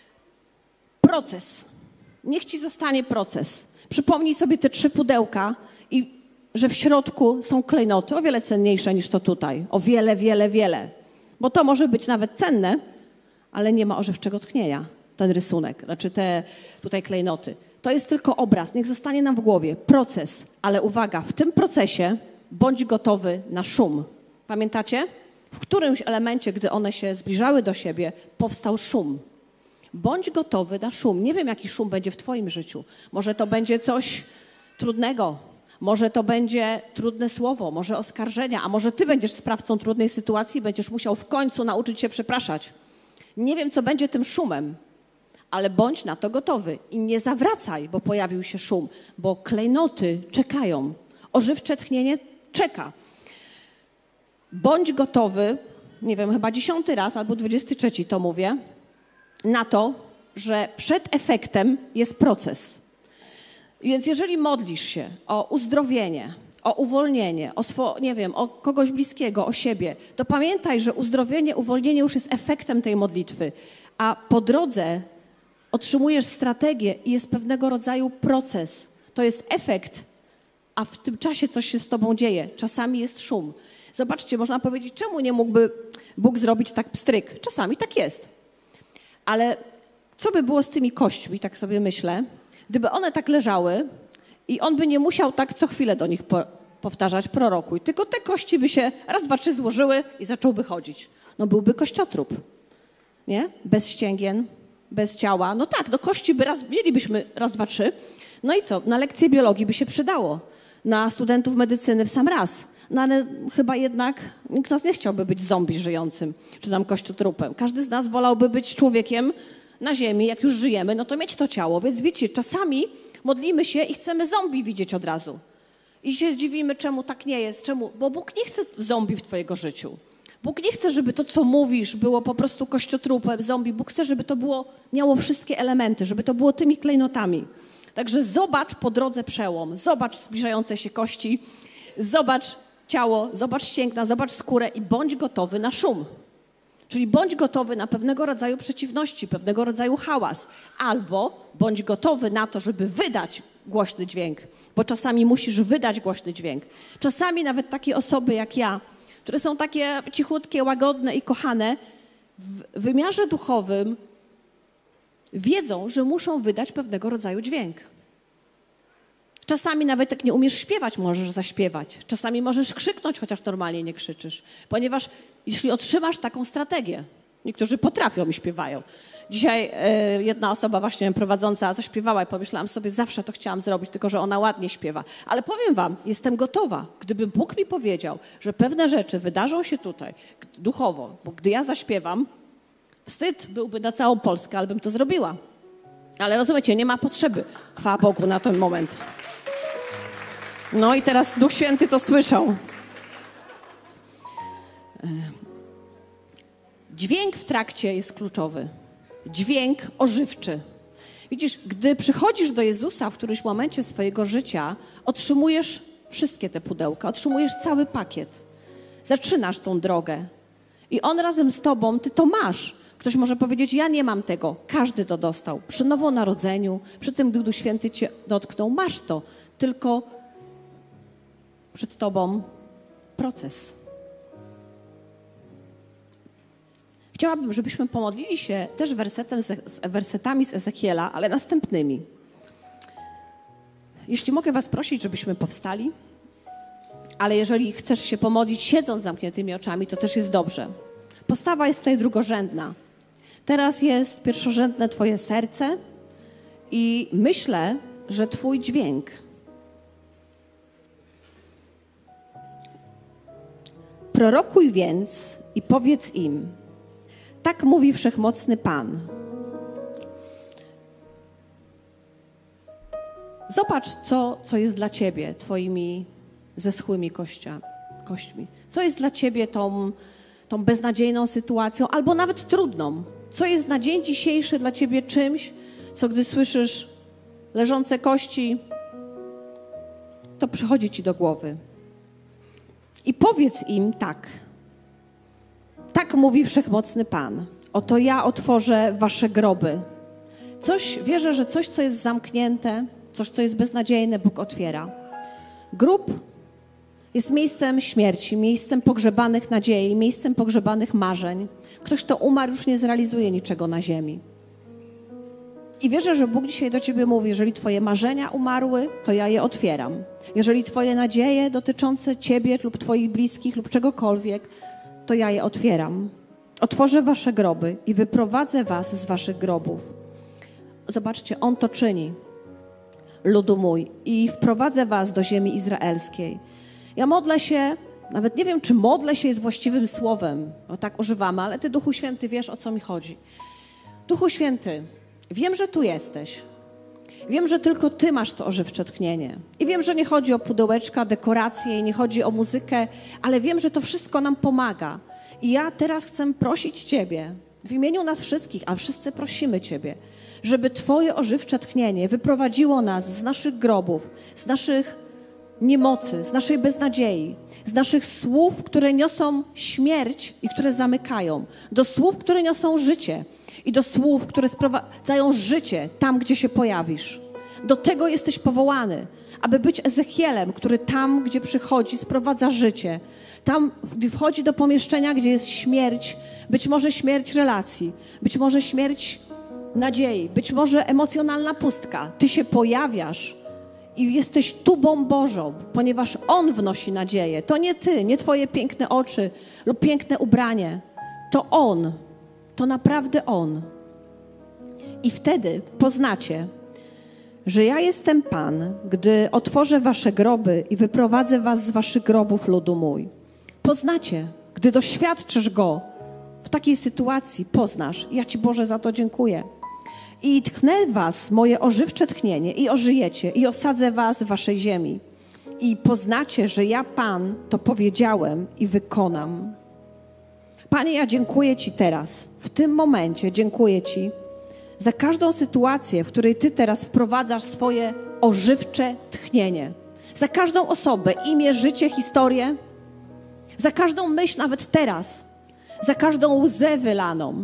Proces. Niech ci zostanie proces. Przypomnij sobie te 3 pudełka i że w środku są klejnoty o wiele cenniejsze niż to tutaj. O wiele, wiele, wiele. Bo to może być nawet cenne, ale nie ma ożywczego tchnienia. Ten rysunek, znaczy te tutaj klejnoty. To jest tylko obraz. Niech zostanie nam w głowie. Proces. Ale uwaga, w tym procesie bądź gotowy na szum. Pamiętacie? W którymś elemencie, gdy one się zbliżały do siebie, powstał szum. Bądź gotowy na szum. Nie wiem, jaki szum będzie w twoim życiu. Może to będzie coś trudnego. Może to będzie trudne słowo, może oskarżenia, a może ty będziesz sprawcą trudnej sytuacji i będziesz musiał w końcu nauczyć się przepraszać. Nie wiem, co będzie tym szumem, ale bądź na to gotowy i nie zawracaj, bo pojawił się szum, bo klejnoty czekają. Ożywcze tchnienie czeka. Bądź gotowy, nie wiem, chyba 10. raz albo 23 to mówię, na to, że przed efektem jest proces. Więc jeżeli modlisz się o uzdrowienie, o uwolnienie, o kogoś bliskiego, o siebie, to pamiętaj, że uzdrowienie, uwolnienie już jest efektem tej modlitwy, a po drodze otrzymujesz strategię i jest pewnego rodzaju proces. To jest efekt, a w tym czasie coś się z tobą dzieje. Czasami jest szum. Zobaczcie, można powiedzieć, czemu nie mógłby Bóg zrobić tak pstryk? Czasami tak jest. Ale co by było z tymi kośćmi, tak sobie myślę, gdyby one tak leżały i on by nie musiał tak co chwilę do nich powtarzać prorokuj, tylko te kości by się raz, dwa, trzy złożyły i zacząłby chodzić. No byłby kościotrup, nie? Bez ścięgien, bez ciała. No tak, no kości mielibyśmy raz, dwa, trzy. No i co? Na lekcję biologii by się przydało. Na studentów medycyny w sam raz. No ale chyba jednak nikt z nas nie chciałby być zombie żyjącym, czy tam kościotrupem. Każdy z nas wolałby być człowiekiem na ziemi, jak już żyjemy, no to mieć to ciało. Więc wiecie, czasami modlimy się i chcemy zombie widzieć od razu. I się zdziwimy, czemu tak nie jest. Czemu? Bo Bóg nie chce zombie w twojego życiu. Bóg nie chce, żeby to, co mówisz, było po prostu kościotrupem, zombie. Bóg chce, żeby to miało wszystkie elementy, żeby to było tymi klejnotami. Także zobacz po drodze przełom, zobacz zbliżające się kości, zobacz ciało, zobacz ścięgna, zobacz skórę i bądź gotowy na szum. Czyli bądź gotowy na pewnego rodzaju przeciwności, pewnego rodzaju hałas. Albo bądź gotowy na to, żeby wydać głośny dźwięk, bo czasami musisz wydać głośny dźwięk. Czasami nawet takie osoby jak ja, które są takie cichutkie, łagodne i kochane, w wymiarze duchowym wiedzą, że muszą wydać pewnego rodzaju dźwięk. Czasami nawet jak nie umiesz śpiewać, możesz zaśpiewać. Czasami możesz krzyknąć, chociaż normalnie nie krzyczysz. Ponieważ jeśli otrzymasz taką strategię, niektórzy potrafią i śpiewają. Dzisiaj jedna osoba właśnie prowadząca zaśpiewała i pomyślałam sobie, zawsze to chciałam zrobić, tylko że ona ładnie śpiewa. Ale powiem wam, jestem gotowa. Gdyby Bóg mi powiedział, że pewne rzeczy wydarzą się tutaj duchowo, bo gdy ja zaśpiewam, wstyd byłby na całą Polskę, ale bym to zrobiła. Ale rozumiecie, nie ma potrzeby. Chwała Bogu na ten moment. No i teraz Duch Święty to słyszał. Dźwięk w trakcie jest kluczowy. Dźwięk ożywczy. Widzisz, gdy przychodzisz do Jezusa w którymś momencie swojego życia, otrzymujesz wszystkie te pudełka, otrzymujesz cały pakiet. Zaczynasz tą drogę. I On razem z tobą, ty to masz. Ktoś może powiedzieć, ja nie mam tego. Każdy to dostał. Przy nowonarodzeniu, przy tym, gdy Duch Święty cię dotknął, masz to. Tylko przed tobą proces. Chciałabym, żebyśmy pomodlili się też wersetami z Ezechiela, ale następnymi. Jeśli mogę was prosić, żebyśmy powstali, ale jeżeli chcesz się pomodlić siedząc z zamkniętymi oczami, to też jest dobrze. Postawa jest tutaj drugorzędna. Teraz jest pierwszorzędne twoje serce i myślę, że twój dźwięk. Prorokuj więc i powiedz im, tak mówi Wszechmocny Pan. Zobacz, co jest dla ciebie twoimi zeschłymi kośćmi. Co jest dla ciebie tą beznadziejną sytuacją, albo nawet trudną. Co jest na dzień dzisiejszy dla ciebie czymś, co gdy słyszysz leżące kości, to przychodzi ci do głowy. I powiedz im tak. Tak mówi Wszechmocny Pan. Oto ja otworzę wasze groby. Wierzę, że coś, co jest zamknięte, coś, co jest beznadziejne, Bóg otwiera. Grób jest miejscem śmierci, miejscem pogrzebanych nadziei, miejscem pogrzebanych marzeń. Ktoś, kto umarł, już nie zrealizuje niczego na ziemi. I wierzę, że Bóg dzisiaj do ciebie mówi, jeżeli twoje marzenia umarły, to ja je otwieram. Jeżeli twoje nadzieje dotyczące ciebie lub twoich bliskich lub czegokolwiek, to ja je otwieram. Otworzę wasze groby i wyprowadzę was z waszych grobów. Zobaczcie, On to czyni, ludu mój, i wprowadzę was do ziemi izraelskiej. Ja modlę się, nawet nie wiem, czy modlę się jest właściwym słowem, bo tak używamy, ale Ty, Duchu Święty, wiesz, o co mi chodzi. Duchu Święty, wiem, że tu jesteś. Wiem, że tylko Ty masz to ożywcze tchnienie. I wiem, że nie chodzi o pudełeczka, dekoracje, nie chodzi o muzykę, ale wiem, że to wszystko nam pomaga. I ja teraz chcę prosić Ciebie, w imieniu nas wszystkich, a wszyscy prosimy Ciebie, żeby Twoje ożywcze tchnienie wyprowadziło nas z naszych grobów, z naszych niemocy, z naszej beznadziei, z naszych słów, które niosą śmierć i które zamykają, do słów, które niosą życie i do słów, które sprowadzają życie tam, gdzie się pojawisz. Do tego jesteś powołany, aby być Ezechielem, który tam, gdzie przychodzi, sprowadza życie. Tam, gdy wchodzi do pomieszczenia, gdzie jest śmierć, być może śmierć relacji, być może śmierć nadziei, być może emocjonalna pustka. Ty się pojawiasz i jesteś tubą Bożą, ponieważ On wnosi nadzieję. To nie ty, nie twoje piękne oczy lub piękne ubranie. To On, to naprawdę On. I wtedy poznacie, że ja jestem Pan, gdy otworzę wasze groby i wyprowadzę was z waszych grobów, ludu mój. Poznacie, gdy doświadczysz Go w takiej sytuacji, poznasz. Ja Ci, Boże, za to dziękuję. I tchnę was, moje ożywcze tchnienie, i ożyjecie, i osadzę was w waszej ziemi. I poznacie, że ja, Pan, to powiedziałem i wykonam. Panie, ja dziękuję Ci teraz, w tym momencie dziękuję Ci za każdą sytuację, w której Ty teraz wprowadzasz swoje ożywcze tchnienie. Za każdą osobę, imię, życie, historię. Za każdą myśl, nawet teraz. Za każdą łzę wylaną.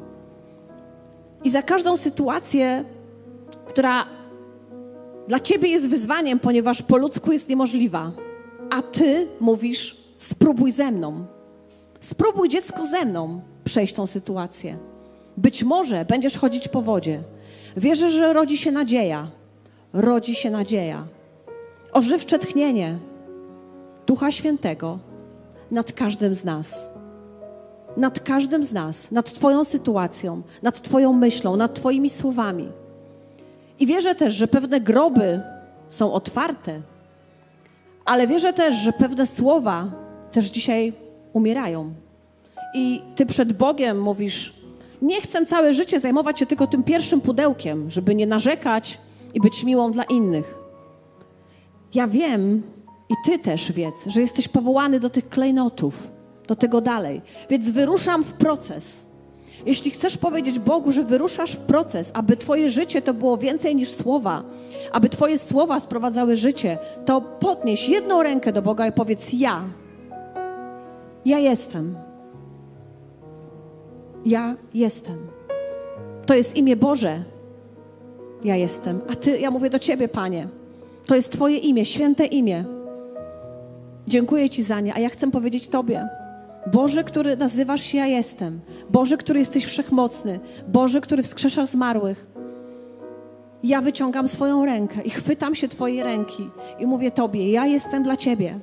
I za każdą sytuację, która dla Ciebie jest wyzwaniem, ponieważ po ludzku jest niemożliwa. A Ty mówisz, spróbuj ze mną. Spróbuj, dziecko, ze mną przejść tą sytuację. Być może będziesz chodzić po wodzie. Wierzę, że rodzi się nadzieja. Rodzi się nadzieja. Ożywcze tchnienie Ducha Świętego nad każdym z nas. Nad każdym z nas. Nad Twoją sytuacją, nad Twoją myślą, nad Twoimi słowami. I wierzę też, że pewne groby są otwarte, ale wierzę też, że pewne słowa też dzisiaj umierają. I Ty przed Bogiem mówisz, nie chcę całe życie zajmować się tylko tym pierwszym pudełkiem, żeby nie narzekać i być miłą dla innych. Ja wiem i Ty też wiedz, że jesteś powołany do tych klejnotów, do tego dalej. Więc wyruszam w proces. Jeśli chcesz powiedzieć Bogu, że wyruszasz w proces, aby Twoje życie to było więcej niż słowa, aby Twoje słowa sprowadzały życie, to podnieś jedną rękę do Boga i powiedz: ja jestem. Ja jestem. To jest imię Boże. Ja jestem. A Ty, ja mówię do Ciebie, Panie. To jest Twoje imię, święte imię. Dziękuję Ci za nie, a ja chcę powiedzieć Tobie. Boże, który nazywasz się Ja jestem. Boże, który jesteś wszechmocny. Boże, który wskrzeszasz zmarłych. Ja wyciągam swoją rękę i chwytam się Twojej ręki i mówię Tobie, ja jestem dla Ciebie.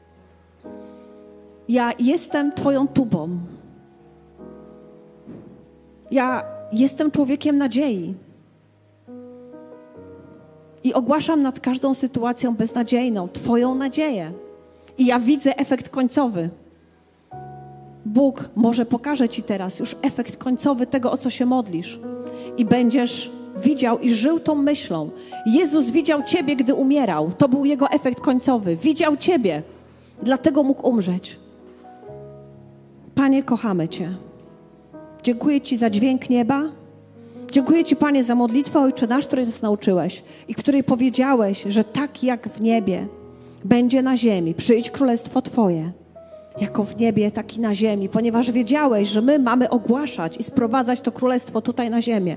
Ja jestem Twoją tubą. Ja jestem człowiekiem nadziei. I ogłaszam nad każdą sytuacją beznadziejną Twoją nadzieję. I ja widzę efekt końcowy. Bóg może pokaże Ci teraz już efekt końcowy tego, o co się modlisz. I będziesz widział i żył tą myślą. Jezus widział Ciebie, gdy umierał. To był Jego efekt końcowy. Widział Ciebie. Dlatego mógł umrzeć. Panie, kochamy Cię. Dziękuję Ci za dźwięk nieba. Dziękuję Ci, Panie, za modlitwę Ojcze Nasz, której nas nauczyłeś i której powiedziałeś, że tak jak w niebie będzie na ziemi, przyjdź królestwo Twoje. Jako w niebie, tak i na ziemi, ponieważ wiedziałeś, że my mamy ogłaszać i sprowadzać to królestwo tutaj na ziemię.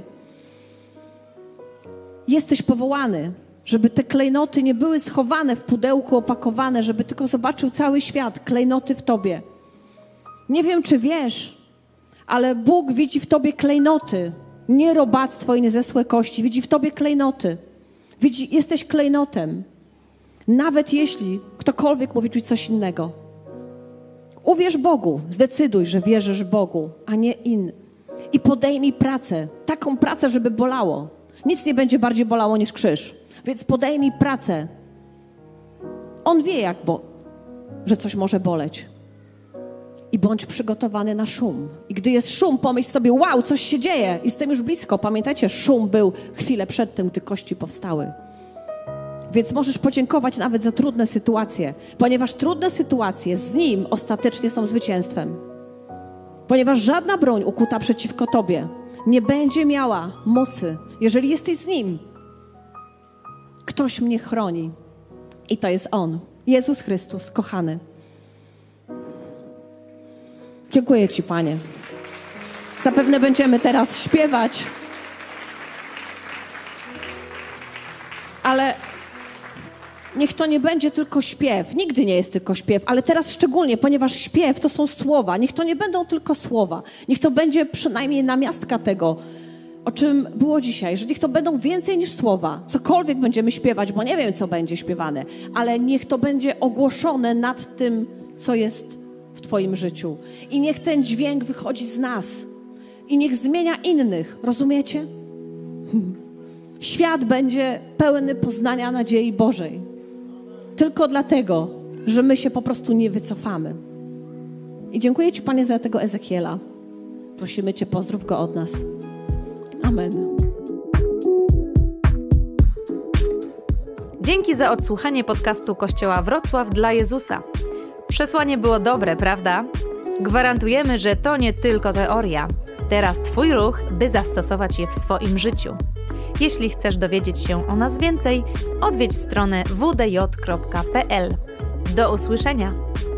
Jesteś powołany, żeby te klejnoty nie były schowane w pudełku, opakowane, żeby tylko zobaczył cały świat, klejnoty w Tobie. Nie wiem, czy wiesz, ale Bóg widzi w Tobie klejnoty, nie robactwo i nie zesłe kości, widzi w Tobie klejnoty. Jesteś klejnotem, nawet jeśli ktokolwiek mówi Ci coś innego. Uwierz Bogu, zdecyduj, że wierzysz Bogu, a nie in. I podejmij pracę, taką pracę, żeby bolało. Nic nie będzie bardziej bolało niż krzyż. Więc podejmij pracę. On wie, że coś może boleć. I bądź przygotowany na szum. I gdy jest szum, pomyśl sobie, wow, coś się dzieje. Jestem już blisko. Pamiętajcie, szum był chwilę przed tym, gdy kości powstały. Więc możesz podziękować nawet za trudne sytuacje, ponieważ trudne sytuacje z Nim ostatecznie są zwycięstwem. Ponieważ żadna broń ukuta przeciwko Tobie nie będzie miała mocy, jeżeli jesteś z Nim. Ktoś mnie chroni. I to jest On. Jezus Chrystus, kochany. Dziękuję Ci, Panie. Zapewne będziemy teraz śpiewać. Ale niech to nie będzie tylko śpiew. Nigdy nie jest tylko śpiew, ale teraz szczególnie, ponieważ śpiew to są słowa. Niech to nie będą tylko słowa. Niech to będzie przynajmniej namiastka tego, o czym było dzisiaj. Że niech to będą więcej niż słowa. Cokolwiek będziemy śpiewać, bo nie wiem, co będzie śpiewane. Ale niech to będzie ogłoszone nad tym, co jest w Twoim życiu. I niech ten dźwięk wychodzi z nas. I niech zmienia innych. Rozumiecie? Świat będzie pełny poznania nadziei Bożej. Tylko dlatego, że my się po prostu nie wycofamy. I dziękuję Ci, Panie, za tego Ezechiela. Prosimy Cię, pozdrów go od nas. Amen. Dzięki za odsłuchanie podcastu Kościoła Wrocław dla Jezusa. Przesłanie było dobre, prawda? Gwarantujemy, że to nie tylko teoria. Teraz Twój ruch, by zastosować je w swoim życiu. Jeśli chcesz dowiedzieć się o nas więcej, odwiedź stronę wdj.pl. Do usłyszenia!